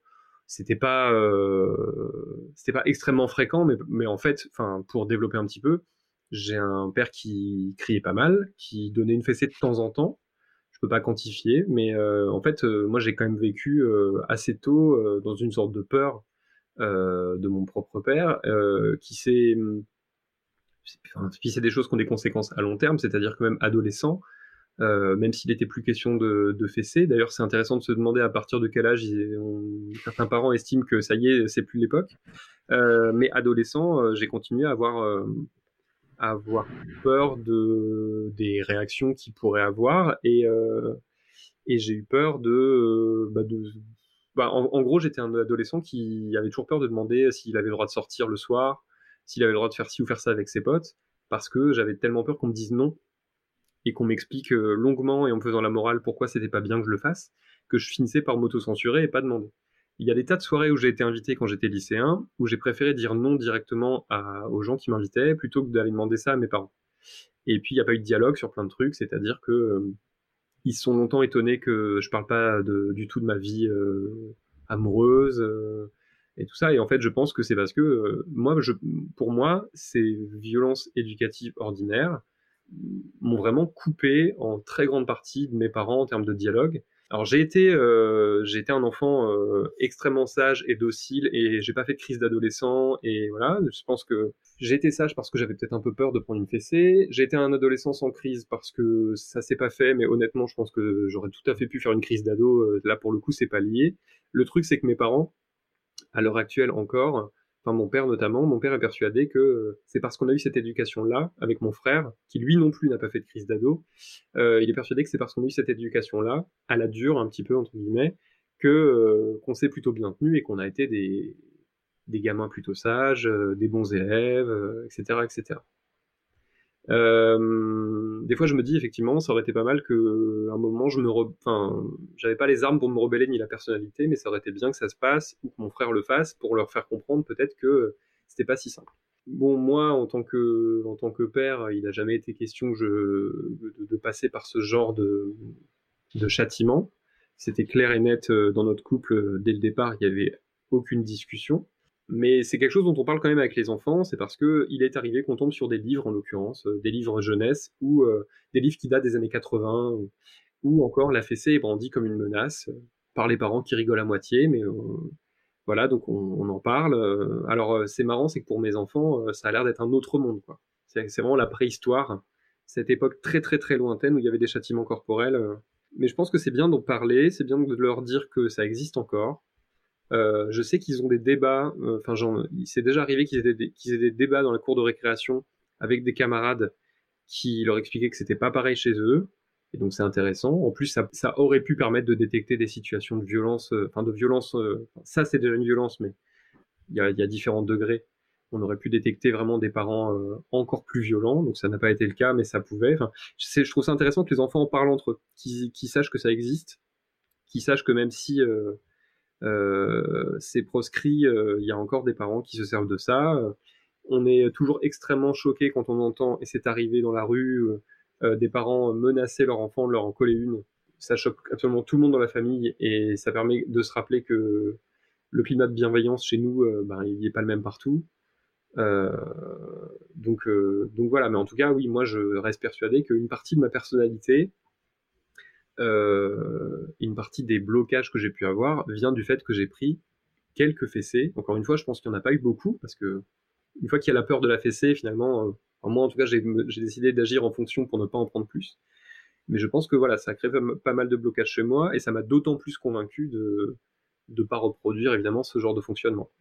C'était pas extrêmement fréquent, mais en fait, enfin, pour développer un petit peu, j'ai un père qui criait pas mal, qui donnait une fessée de temps en temps. Je peux pas quantifier, mais en fait, moi, j'ai quand même vécu assez tôt dans une sorte de peur de mon propre père, puis c'est des choses qui ont des conséquences à long terme, c'est-à-dire que même adolescent, même s'il était plus question de fessées, d'ailleurs c'est intéressant de se demander à partir de quel âge certains parents estiment que ça y est, c'est plus l'époque, mais adolescent, j'ai continué à avoir peur des réactions qu'il pourrait avoir, et j'ai eu peur en gros, j'étais un adolescent qui avait toujours peur de demander s'il avait le droit de sortir le soir, s'il avait le droit de faire ci ou faire ça avec ses potes, parce que j'avais tellement peur qu'on me dise non. et qu'on m'explique longuement et en me faisant la morale pourquoi c'était pas bien que je le fasse, que je finissais par m'auto-censurer et pas demander. Il y a des tas de soirées où j'ai été invité quand j'étais lycéen, où j'ai préféré dire non directement aux gens qui m'invitaient plutôt que d'aller demander ça à mes parents. Et puis il n'y a pas eu de dialogue sur plein de trucs, c'est-à-dire que ils se sont longtemps étonnés que je parle pas du tout de ma vie amoureuse et tout ça. Et en fait, je pense que c'est parce que pour moi, ces violences éducatives ordinaires m'ont vraiment coupé en très grande partie de mes parents en termes de dialogue. Alors j'ai été un enfant extrêmement sage et docile et j'ai pas fait de crise d'adolescent et voilà, je pense que j'ai été sage parce que j'avais peut-être un peu peur de prendre une fessée. J'ai été un adolescent sans crise parce que ça s'est pas fait, mais honnêtement, je pense que j'aurais tout à fait pu faire une crise d'ado. Là, pour le coup, c'est pas lié. Le truc, c'est que mes parents, à l'heure actuelle encore, enfin mon père notamment, mon père est persuadé que c'est parce qu'on a eu cette éducation-là avec mon frère, qui lui non plus n'a pas fait de crise d'ado, il est persuadé que c'est parce qu'on a eu cette éducation-là, à la dure un petit peu entre guillemets, qu'on s'est plutôt bien tenu et qu'on a été des gamins plutôt sages, des bons élèves, etc., etc. Des fois, je me dis effectivement, ça aurait été pas mal que, un moment, j'avais pas les armes pour me rebeller ni la personnalité, mais ça aurait été bien que ça se passe ou que mon frère le fasse pour leur faire comprendre peut-être que c'était pas si simple. Bon, moi, en tant que père, il a jamais été question de passer par ce genre de châtiment. C'était clair et net dans notre couple dès le départ. Il y avait aucune discussion. Mais c'est quelque chose dont on parle quand même avec les enfants, c'est parce que il est arrivé qu'on tombe sur des livres, en l'occurrence, des livres jeunesse, ou des livres qui datent des années 80, ou encore la fessée est brandie comme une menace par les parents qui rigolent à moitié, mais voilà, donc on en parle. Alors c'est marrant, c'est que pour mes enfants, ça a l'air d'être un autre monde, quoi. C'est vraiment la préhistoire, cette époque très très très lointaine où il y avait des châtiments corporels. Mais je pense que c'est bien d'en parler, c'est bien de leur dire que ça existe encore. Je sais qu'ils ont des débats, il s'est déjà arrivé qu'ils aient des débats dans la cour de récréation avec des camarades qui leur expliquaient que c'était pas pareil chez eux, et donc c'est intéressant. En plus, ça aurait pu permettre de détecter des situations de violence, ça c'est déjà une violence, mais il y a différents degrés. On aurait pu détecter vraiment des parents encore plus violents, donc ça n'a pas été le cas, mais ça pouvait. Enfin, je trouve ça intéressant que les enfants en parlent entre eux, qu'ils sachent que ça existe, qu'ils sachent que même si c'est proscrit, il y a encore des parents qui se servent de ça. On est toujours extrêmement choqué quand on entend, et c'est arrivé dans la rue, des parents menacer leur enfant de leur en coller une. Ça choque absolument tout le monde dans la famille et ça permet de se rappeler que le climat de bienveillance chez nous, il n'est pas le même partout. Donc voilà, mais en tout cas, oui, moi je reste persuadé qu'une partie de ma personnalité, une partie des blocages que j'ai pu avoir vient du fait que j'ai pris quelques fessées. Encore une fois, je pense qu'il n'y en a pas eu beaucoup, parce que une fois qu'il y a la peur de la fessée, finalement, moi en tout cas, j'ai décidé d'agir en fonction pour ne pas en prendre plus. Mais je pense que voilà, ça a créé pas mal de blocages chez moi, et ça m'a d'autant plus convaincu de ne pas reproduire évidemment ce genre de fonctionnement.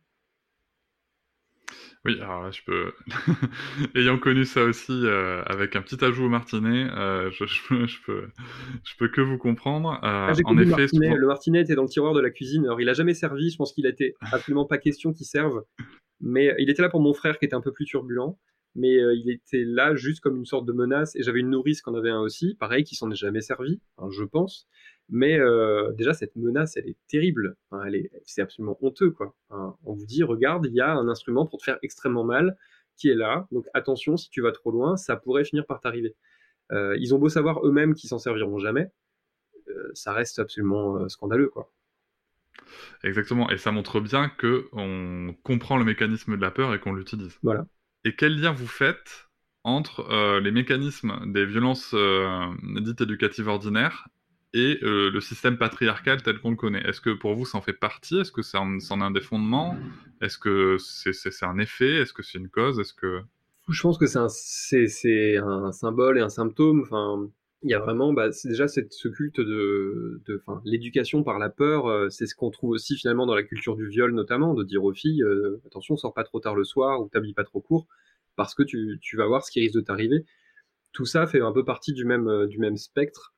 Oui, alors là, je peux, ayant connu ça aussi, avec un petit ajout au martinet, je peux que vous comprendre. J'ai En connu effet, souvent... le martinet était dans le tiroir de la cuisine. Alors, il a jamais servi. Je pense qu'il a été absolument pas question qu'il serve. Mais il était là pour mon frère qui était un peu plus turbulent. Mais il était là juste comme une sorte de menace. Et j'avais une nourrice qui en avait un aussi, pareil, qui s'en est jamais servi, hein, je pense. Mais déjà, cette menace, elle est terrible. Enfin, c'est absolument honteux, quoi. Enfin, on vous dit, regarde, il y a un instrument pour te faire extrêmement mal qui est là. Donc attention, si tu vas trop loin, ça pourrait finir par t'arriver. Ils ont beau savoir eux-mêmes qu'ils s'en serviront jamais, ça reste absolument scandaleux, quoi. Exactement, et ça montre bien que on comprend le mécanisme de la peur et qu'on l'utilise. Voilà. Et quel lien vous faites entre les mécanismes des violences dites éducatives ordinaires et le système patriarcal tel qu'on le connaît? Est-ce que pour vous, ça en fait partie? Est-ce que c'en est un des fondements? Est-ce que c'est un effet? Est-ce que c'est une cause? Je pense que c'est un symbole et un symptôme. Enfin, il y a vraiment, c'est déjà ce culte l'éducation par la peur. C'est ce qu'on trouve aussi finalement dans la culture du viol notamment, de dire aux filles, attention, sors pas trop tard le soir ou t'habilles pas trop court parce que tu vas voir ce qui risque de t'arriver. Tout ça fait un peu partie du même spectre.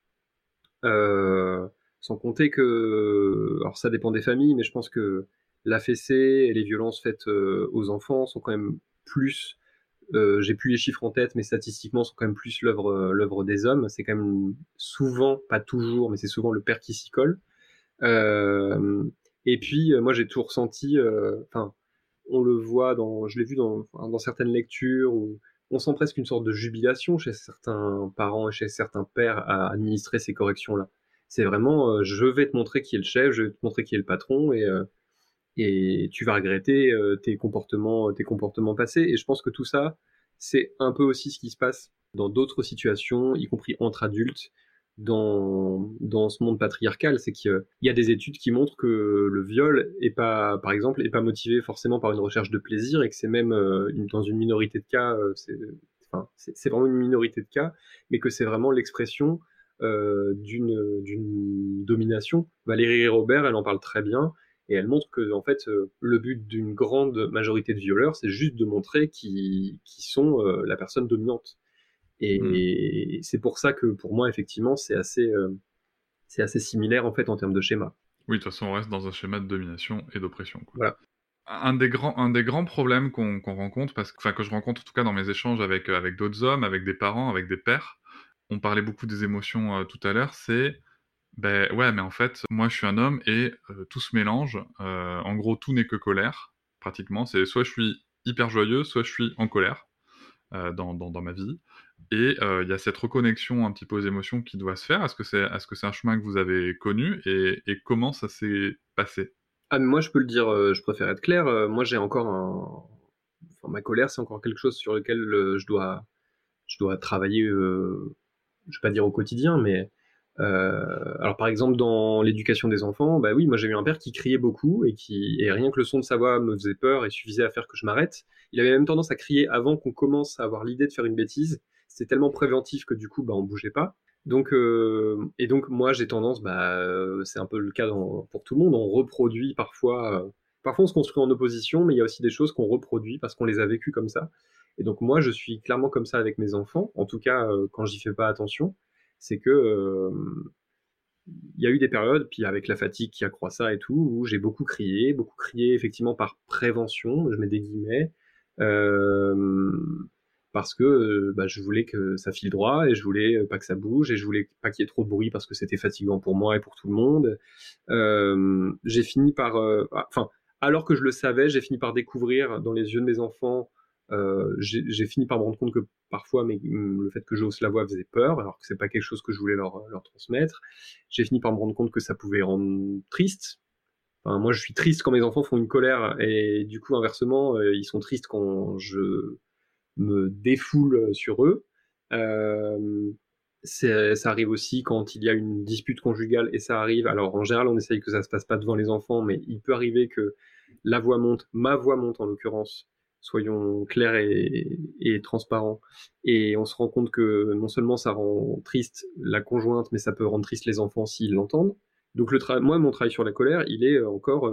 Sans compter que, alors ça dépend des familles, mais je pense que la fessée et les violences faites aux enfants sont quand même plus j'ai plus les chiffres en tête, mais statistiquement, sont quand même plus l'œuvre des hommes. C'est quand même souvent, pas toujours, mais c'est souvent le père qui s'y colle. Et puis, moi, j'ai tout ressenti. Enfin, on le voit je l'ai vu dans certaines lectures où on sent presque une sorte de jubilation chez certains parents et chez certains pères à administrer ces corrections-là. C'est vraiment, je vais te montrer qui est le chef, je vais te montrer qui est le patron, et tu vas regretter tes comportements passés. Et je pense que tout ça, c'est un peu aussi ce qui se passe dans d'autres situations, y compris entre adultes, dans ce monde patriarcal. C'est qu'il y a des études qui montrent que le viol par exemple, est pas motivé forcément par une recherche de plaisir, et que c'est même dans une minorité de cas, c'est vraiment une minorité de cas, mais que c'est vraiment l'expression d'une domination. Valérie Robert, elle en parle très bien. Et elle montre que, en fait, le but d'une grande majorité de violeurs, c'est juste de montrer qu'ils sont la personne dominante. Et c'est pour ça que, pour moi, effectivement, c'est assez similaire, en fait, en termes de schéma. Oui, de toute façon, on reste dans un schéma de domination et d'oppression, quoi. Voilà. Un des grands problèmes qu'on rencontre, que je rencontre en tout cas dans mes échanges avec d'autres hommes, avec des parents, avec des pères, on parlait beaucoup des émotions tout à l'heure, c'est... Ben ouais, mais en fait, moi je suis un homme et tout se mélange. En gros, tout n'est que colère, pratiquement. C'est soit je suis hyper joyeux, soit je suis en colère dans ma vie. Et il y a cette reconnexion un petit peu aux émotions qui doit se faire. Est-ce que c'est un chemin que vous avez connu et comment ça s'est passé? Ah, mais moi, je peux le dire, je préfère être clair. Moi, j'ai encore ma colère, c'est encore quelque chose sur lequel je dois travailler, je vais pas dire au quotidien, mais alors par exemple dans l'éducation des enfants, bah oui, moi j'ai eu un père qui criait beaucoup et rien que le son de sa voix me faisait peur et suffisait à faire que je m'arrête. Il avait même tendance à crier avant qu'on commence à avoir l'idée de faire une bêtise. C'était tellement préventif que du coup, bah on bougeait pas. Donc moi j'ai tendance, c'est un peu le cas pour tout le monde, on reproduit parfois. Parfois on se construit en opposition, mais il y a aussi des choses qu'on reproduit parce qu'on les a vécues comme ça. Et donc moi je suis clairement comme ça avec mes enfants, en tout cas quand j'y fais pas attention. C'est que il y a eu des périodes, puis avec la fatigue qui accroît ça et tout, où j'ai beaucoup crié effectivement par prévention, je mets des guillemets, parce que je voulais que ça file droit et je voulais pas que ça bouge et je voulais pas qu'il y ait trop de bruit parce que c'était fatigant pour moi et pour tout le monde. J'ai fini par, alors que je le savais, j'ai fini par découvrir dans les yeux de mes enfants. J'ai fini par me rendre compte que parfois le fait que je hausse la voix faisait peur, alors que c'est pas quelque chose que je voulais leur transmettre. J'ai fini par me rendre compte que ça pouvait rendre triste. Enfin, moi, je suis triste quand mes enfants font une colère, et du coup, inversement, ils sont tristes quand je me défoule sur eux. Ça arrive aussi quand il y a une dispute conjugale, et ça arrive. Alors, en général, on essaye que ça se passe pas devant les enfants, mais il peut arriver que la voix monte, ma voix monte en l'occurrence. Soyons clairs et transparents. Et on se rend compte que non seulement ça rend triste la conjointe, mais ça peut rendre triste les enfants s'ils l'entendent. Donc moi, mon travail sur la colère, il est encore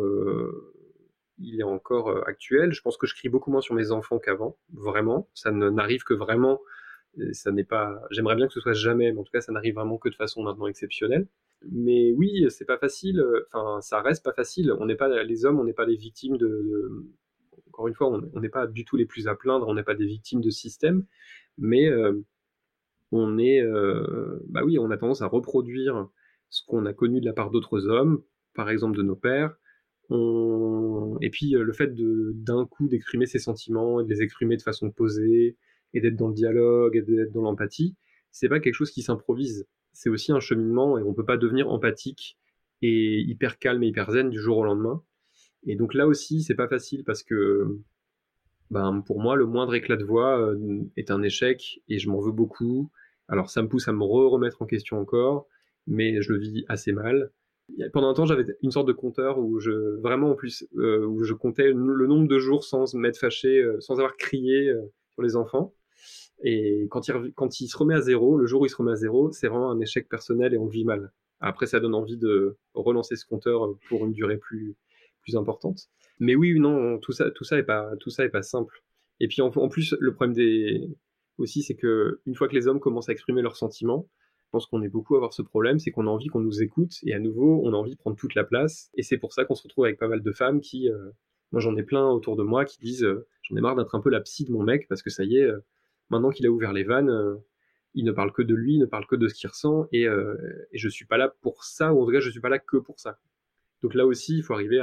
actuel. Je pense que je crie beaucoup moins sur mes enfants qu'avant, vraiment. Ça n'arrive que vraiment. Ça n'est pas. J'aimerais bien que ce soit jamais, mais en tout cas, ça n'arrive vraiment que de façon maintenant exceptionnelle. Mais oui, c'est pas facile. Enfin, ça reste pas facile. On n'est pas les hommes, on n'est pas les victimes encore une fois, on n'est pas du tout les plus à plaindre, on n'est pas des victimes de système, mais on a tendance à reproduire ce qu'on a connu de la part d'autres hommes, par exemple de nos pères. Et puis le fait d'un coup d'exprimer ses sentiments, et de les exprimer de façon posée, et d'être dans le dialogue, et d'être dans l'empathie, c'est pas quelque chose qui s'improvise. C'est aussi un cheminement, et on peut pas devenir empathique et hyper calme et hyper zen du jour au lendemain. Et donc là aussi, c'est pas facile parce que pour moi, le moindre éclat de voix est un échec et je m'en veux beaucoup. Alors ça me pousse à me remettre en question encore, mais je le vis assez mal. Pendant un temps, j'avais une sorte de compteur où où je comptais le nombre de jours sans m'être fâché, sans avoir crié sur les enfants. Et quand il se remet à zéro, le jour où il se remet à zéro, c'est vraiment un échec personnel et on le vit mal. Après, ça donne envie de relancer ce compteur pour une durée plus importante. Mais oui, non, tout ça est pas simple. Et puis en plus, le problème aussi, c'est que une fois que les hommes commencent à exprimer leurs sentiments, je pense qu'on est beaucoup à avoir ce problème, c'est qu'on a envie qu'on nous écoute, et à nouveau, on a envie de prendre toute la place. Et c'est pour ça qu'on se retrouve avec pas mal de femmes qui, moi j'en ai plein autour de moi, qui disent, j'en ai marre d'être un peu la psy de mon mec parce que ça y est, maintenant qu'il a ouvert les vannes, il ne parle que de lui, il ne parle que de ce qu'il ressent et je suis pas là pour ça, ou en tout cas je suis pas là que pour ça. Donc là aussi, il faut arriver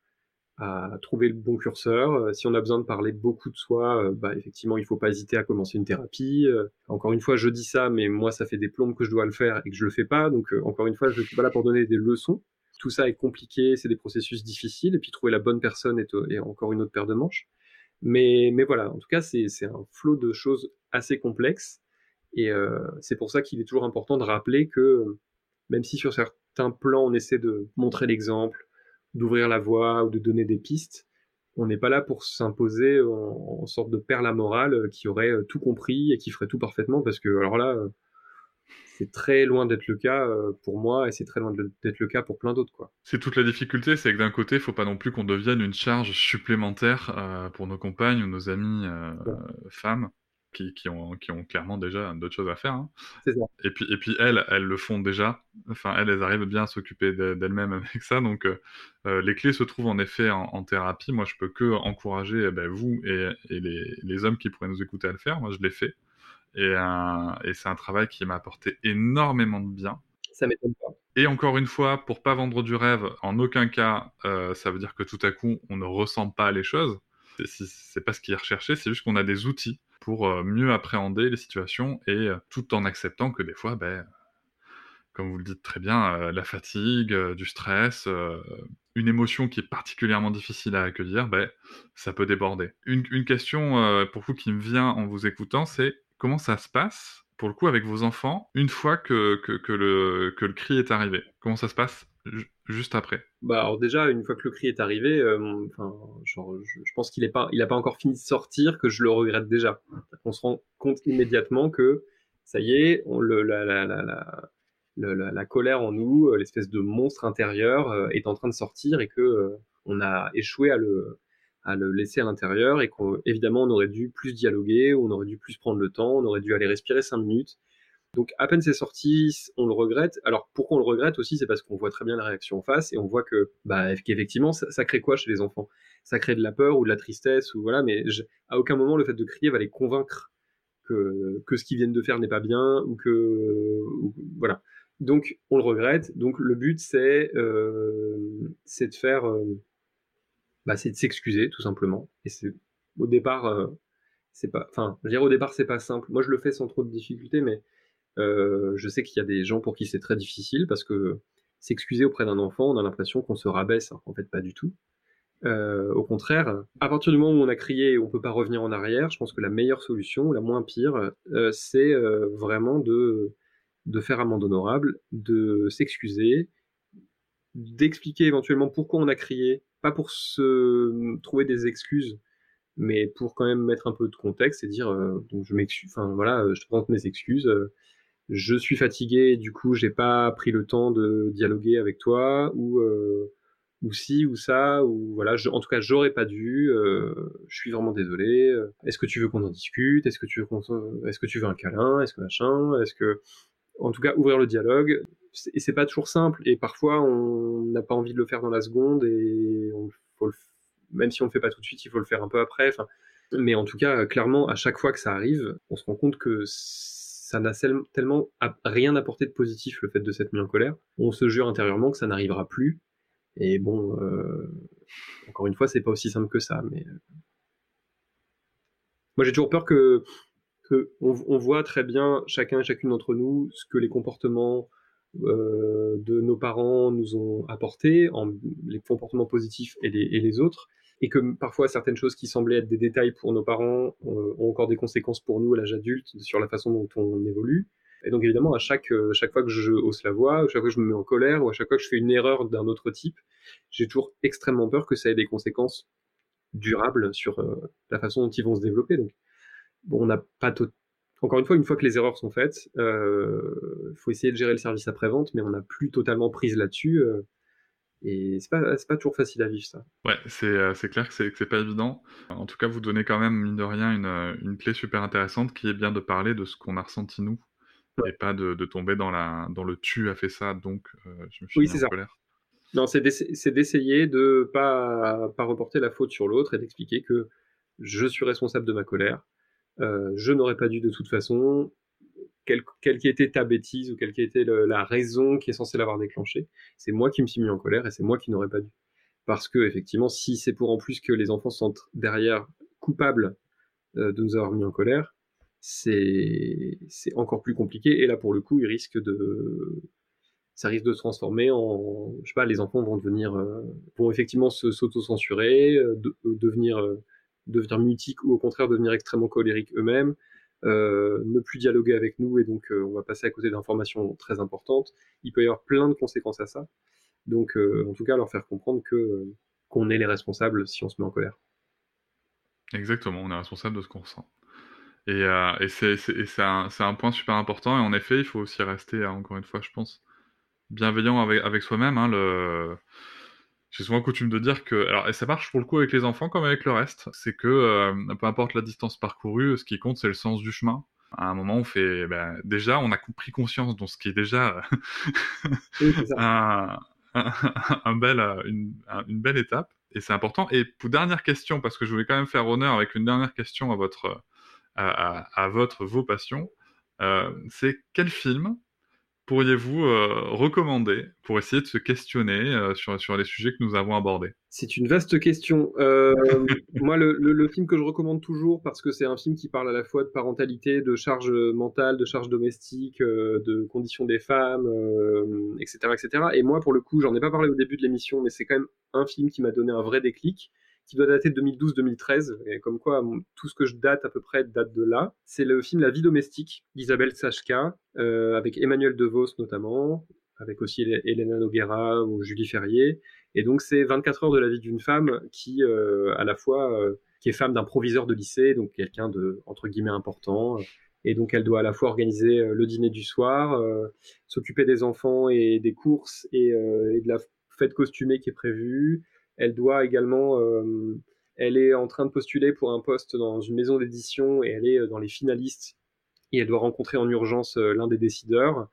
à trouver le bon curseur. Si on a besoin de parler beaucoup de soi, effectivement, il faut pas hésiter à commencer une thérapie. Encore une fois, je dis ça, mais moi, ça fait des plombes que je dois le faire et que je le fais pas. Donc, encore une fois, je suis pas là pour donner des leçons. Tout ça est compliqué, c'est des processus difficiles, et puis trouver la bonne personne est encore une autre paire de manches. Mais voilà, en tout cas, c'est un flot de choses assez complexes, et c'est pour ça qu'il est toujours important de rappeler que, même si sur certains plans, on essaie de montrer l'exemple, d'ouvrir la voie ou de donner des pistes, on n'est pas là pour s'imposer en sorte de père la morale qui aurait tout compris et qui ferait tout parfaitement, parce que alors là, c'est très loin d'être le cas pour moi, et c'est très loin d'être le cas pour plein d'autres, quoi. C'est toute la difficulté, c'est que d'un côté, il faut pas non plus qu'on devienne une charge supplémentaire pour nos compagnes ou nos amies femmes qui ont clairement déjà d'autres choses à faire. Hein. C'est ça. Et puis elles le font déjà. Enfin, elles arrivent bien à s'occuper d'elles-mêmes avec ça. Donc, les clés se trouvent en effet en thérapie. Moi, je peux que encourager vous et les hommes qui pourraient nous écouter à le faire. Moi, je l'ai fait. Et c'est un travail qui m'a apporté énormément de bien. Ça m'étonne pas. Et encore une fois, pour pas vendre du rêve, en aucun cas, ça veut dire que tout à coup, on ne ressent pas les choses. C'est pas ce qui est recherché, c'est juste qu'on a des outils pour mieux appréhender les situations et tout en acceptant que des fois, comme vous le dites très bien, la fatigue, du stress, une émotion qui est particulièrement difficile à accueillir, ça peut déborder. Une question pour vous qui me vient en vous écoutant, c'est comment ça se passe pour le coup avec vos enfants une fois que le cri est arrivé? Comment ça se passe juste après? Alors déjà, une fois que le cri est arrivé, je pense qu'il a pas encore fini de sortir, que je le regrette déjà. On se rend compte immédiatement que ça y est, la colère en nous, l'espèce de monstre intérieur est en train de sortir, et que on a échoué à le laisser à l'intérieur, et qu'évidemment on aurait dû plus dialoguer, on aurait dû plus prendre le temps, on aurait dû aller respirer 5 minutes. Donc à peine c'est sorti, on le regrette. Alors pourquoi on le regrette aussi, c'est parce qu'on voit très bien la réaction en face, et on voit qu'effectivement ça crée quoi chez les enfants? Ça crée de la peur ou de la tristesse, ou voilà, mais à aucun moment le fait de crier va les convaincre que ce qu'ils viennent de faire n'est pas bien, voilà. Donc on le regrette. Donc le but c'est de faire c'est de s'excuser tout simplement. Et c'est au départ c'est pas, enfin, je veux dire, au départ c'est pas simple. Moi je le fais sans trop de difficulté, mais je sais qu'il y a des gens pour qui c'est très difficile, parce que s'excuser auprès d'un enfant, on a l'impression qu'on se rabaisse. En fait, pas du tout. Au contraire, à partir du moment où on a crié et on peut pas revenir en arrière, je pense que la meilleure solution, la moins pire, c'est vraiment de faire amende honorable, de s'excuser, d'expliquer éventuellement pourquoi on a crié, pas pour se trouver des excuses, mais pour quand même mettre un peu de contexte et dire donc je m'excuse, enfin voilà, je te présente mes excuses, je suis fatigué, du coup j'ai pas pris le temps de dialoguer avec toi, ou ci ou ça, ou voilà, en tout cas j'aurais pas dû, je suis vraiment désolé, est-ce que tu veux qu'on en discute, est-ce que tu veux un câlin, est-ce que machin, en tout cas ouvrir le dialogue. Et c'est pas toujours simple, et parfois on n'a pas envie de le faire dans la seconde, et même si on le fait pas tout de suite, il faut le faire un peu après. Enfin, mais en tout cas, clairement, à chaque fois que ça arrive, on se rend compte que ça n'a tellement rien apporté de positif, le fait de s'être mis en colère. On se jure intérieurement que ça n'arrivera plus. Et bon, encore une fois, c'est pas aussi simple que ça. Mais moi, j'ai toujours peur que on voit très bien, chacun et chacune d'entre nous, ce que les comportements de nos parents nous ont apporté, les comportements positifs et les autres, et que parfois certaines choses qui semblaient être des détails pour nos parents ont encore des conséquences pour nous à l'âge adulte sur la façon dont on évolue. Et donc évidemment, à chaque fois que je hausse la voix, à chaque fois que je me mets en colère, ou à chaque fois que je fais une erreur d'un autre type, j'ai toujours extrêmement peur que ça ait des conséquences durables sur la façon dont ils vont se développer. Donc bon, on n'a pas encore une fois que les erreurs sont faites, faut essayer de gérer le service après-vente, mais on n'a plus totalement prise là-dessus, et c'est pas toujours facile à vivre, ça. Ouais, c'est clair que c'est pas évident. En tout cas, vous donnez quand même, mine de rien, une clé super intéressante, qui est bien de parler de ce qu'on a ressenti nous, et pas de tomber dans le tu as fait ça, donc je me suis mis en colère. Non, c'est d'essayer de pas reporter la faute sur l'autre, et d'expliquer que je suis responsable de ma colère, je n'aurais pas dû de toute façon, quelle qu'ait été ta bêtise ou quelle qu'ait été la raison qui est censée l'avoir déclenché, c'est moi qui me suis mis en colère et c'est moi qui n'aurais pas dû. Parce que effectivement, si c'est pour en plus que les enfants sont derrière coupables de nous avoir mis en colère, c'est encore plus compliqué. Et là, pour le coup, ça risque de se transformer en, je sais pas, les enfants vont vont effectivement s'auto-censurer, devenir mutiques ou au contraire devenir extrêmement colériques eux-mêmes, ne plus dialoguer avec nous et donc on va passer à côté d'informations très importantes. Il peut y avoir plein de conséquences à ça. Donc, en tout cas, leur faire comprendre qu'on est les responsables si on se met en colère. Exactement, on est responsable de ce qu'on ressent. Et c'est un point super important. Et en effet, il faut aussi rester, encore une fois, je pense, bienveillant avec soi-même. J'ai souvent coutume de dire que, alors, et ça marche pour le coup avec les enfants comme avec le reste, c'est que peu importe la distance parcourue, ce qui compte, c'est le sens du chemin. À un moment, déjà, on a pris conscience, donc ce qui est déjà Oui, c'est ça. une belle étape. Et c'est important. Et pour dernière question, parce que je voulais quand même faire honneur avec une dernière question à vos passions, c'est quel film pourriez-vous recommander pour essayer de se questionner sur les sujets que nous avons abordés? C'est une vaste question. Moi, le film que je recommande toujours, parce que c'est un film qui parle à la fois de parentalité, de charge mentale, de charge domestique, de conditions des femmes, etc., etc. Et moi, pour le coup, j'en ai pas parlé au début de l'émission, mais c'est quand même un film qui m'a donné un vrai déclic, qui doit dater de 2012-2013, et comme quoi tout ce que je date à peu près date de là. C'est le film La vie domestique d'Isabelle Sachka, avec Emmanuel DeVos notamment, avec aussi Elena Noguera ou Julie Ferrier. Et donc c'est 24 heures de la vie d'une femme qui, à la fois, qui est femme d'un proviseur de lycée, donc quelqu'un de entre guillemets important. Et donc elle doit à la fois organiser le dîner du soir, s'occuper des enfants et des courses et de la fête costumée qui est prévue. Elle doit également, elle est en train de postuler pour un poste dans une maison d'édition et elle est dans les finalistes. Et elle doit rencontrer en urgence l'un des décideurs.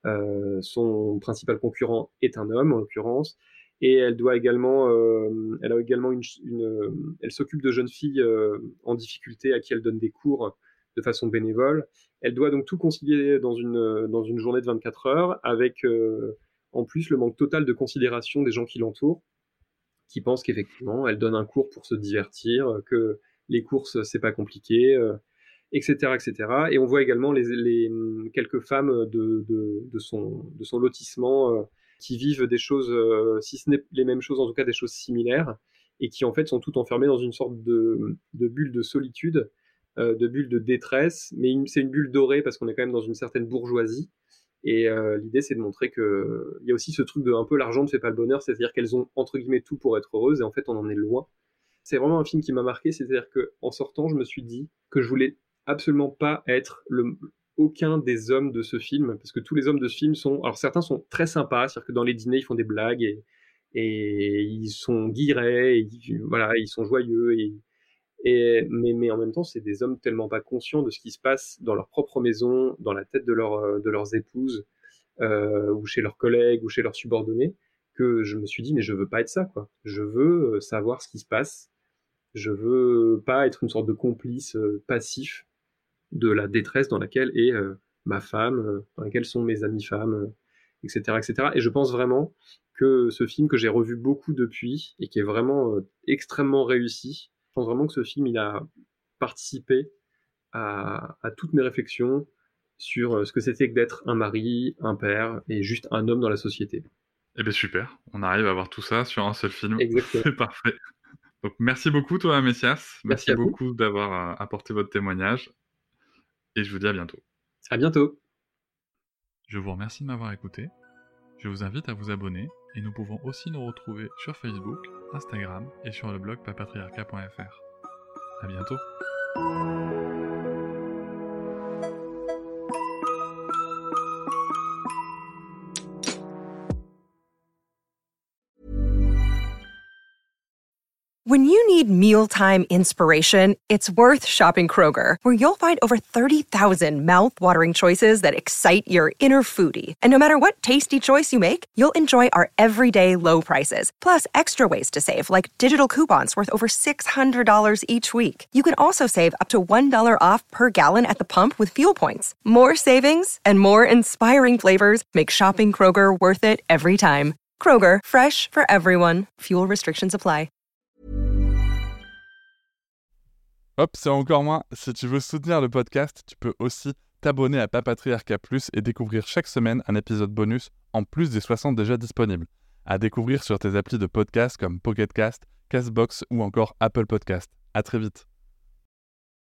Son principal concurrent est un homme en l'occurrence. Et elle doit également, elle a également elle s'occupe de jeunes filles en difficulté à qui elle donne des cours de façon bénévole. Elle doit donc tout concilier dans une journée de 24 heures avec en plus le manque total de considération des gens qui l'entourent, qui pensent qu'effectivement elle donne un cours pour se divertir, que les courses c'est pas compliqué, etc., etc. Et on voit également quelques femmes de son lotissement qui vivent des choses, si ce n'est les mêmes choses, en tout cas des choses similaires, et qui en fait sont toutes enfermées dans une sorte de bulle de solitude, de bulle de détresse, mais c'est une bulle dorée parce qu'on est quand même dans une certaine bourgeoisie. Et l'idée, c'est de montrer que il y a aussi ce truc de un peu l'argent ne fait pas le bonheur, c'est-à-dire qu'elles ont entre guillemets tout pour être heureuses, et en fait, on en est loin. C'est vraiment un film qui m'a marqué, c'est-à-dire que en sortant, je me suis dit que je voulais absolument pas être aucun des hommes de ce film, parce que tous les hommes de ce film alors certains sont très sympas, c'est-à-dire que dans les dîners, ils font des blagues et ils sont guillerets, voilà, ils sont joyeux mais en même temps, c'est des hommes tellement pas conscients de ce qui se passe dans leur propre maison, dans la tête de leurs épouses, ou chez leurs collègues, ou chez leurs subordonnés, que je me suis dit, mais je veux pas être ça, quoi. Je veux savoir ce qui se passe. Je veux pas être une sorte de complice passif de la détresse dans laquelle est ma femme, dans laquelle sont mes amies femmes, etc., etc. Et je pense vraiment que ce film que j'ai revu beaucoup depuis et qui est vraiment extrêmement réussi, je pense vraiment que ce film il a participé à toutes mes réflexions sur ce que c'était que d'être un mari, un père et juste un homme dans la société. Eh bien super, on arrive à voir tout ça sur un seul film. Exactement. C'est parfait. Donc merci beaucoup Thomas Messias, Merci à vous. beaucoup d'avoir apporté votre témoignage et je vous dis à bientôt. À bientôt. Je vous remercie de m'avoir écouté. Je vous invite à vous abonner et nous pouvons aussi nous retrouver sur Facebook, Instagram et sur le blog papatriarca.fr. À bientôt. When you need mealtime inspiration, it's worth shopping Kroger, where you'll find over 30,000 mouth-watering choices that excite your inner foodie. And no matter what tasty choice you make, you'll enjoy our everyday low prices, plus extra ways to save, like digital coupons worth over $600 each week. You can also save up to $1 off per gallon at the pump with fuel points. More savings and more inspiring flavors make shopping Kroger worth it every time. Kroger, fresh for everyone. Fuel restrictions apply. Hop, c'est encore moins. Si tu veux soutenir le podcast, tu peux aussi t'abonner à Papatriarcat Plus et découvrir chaque semaine un épisode bonus en plus des 60 déjà disponibles. À découvrir sur tes applis de podcast comme Pocket Cast, Castbox ou encore Apple Podcast. À très vite.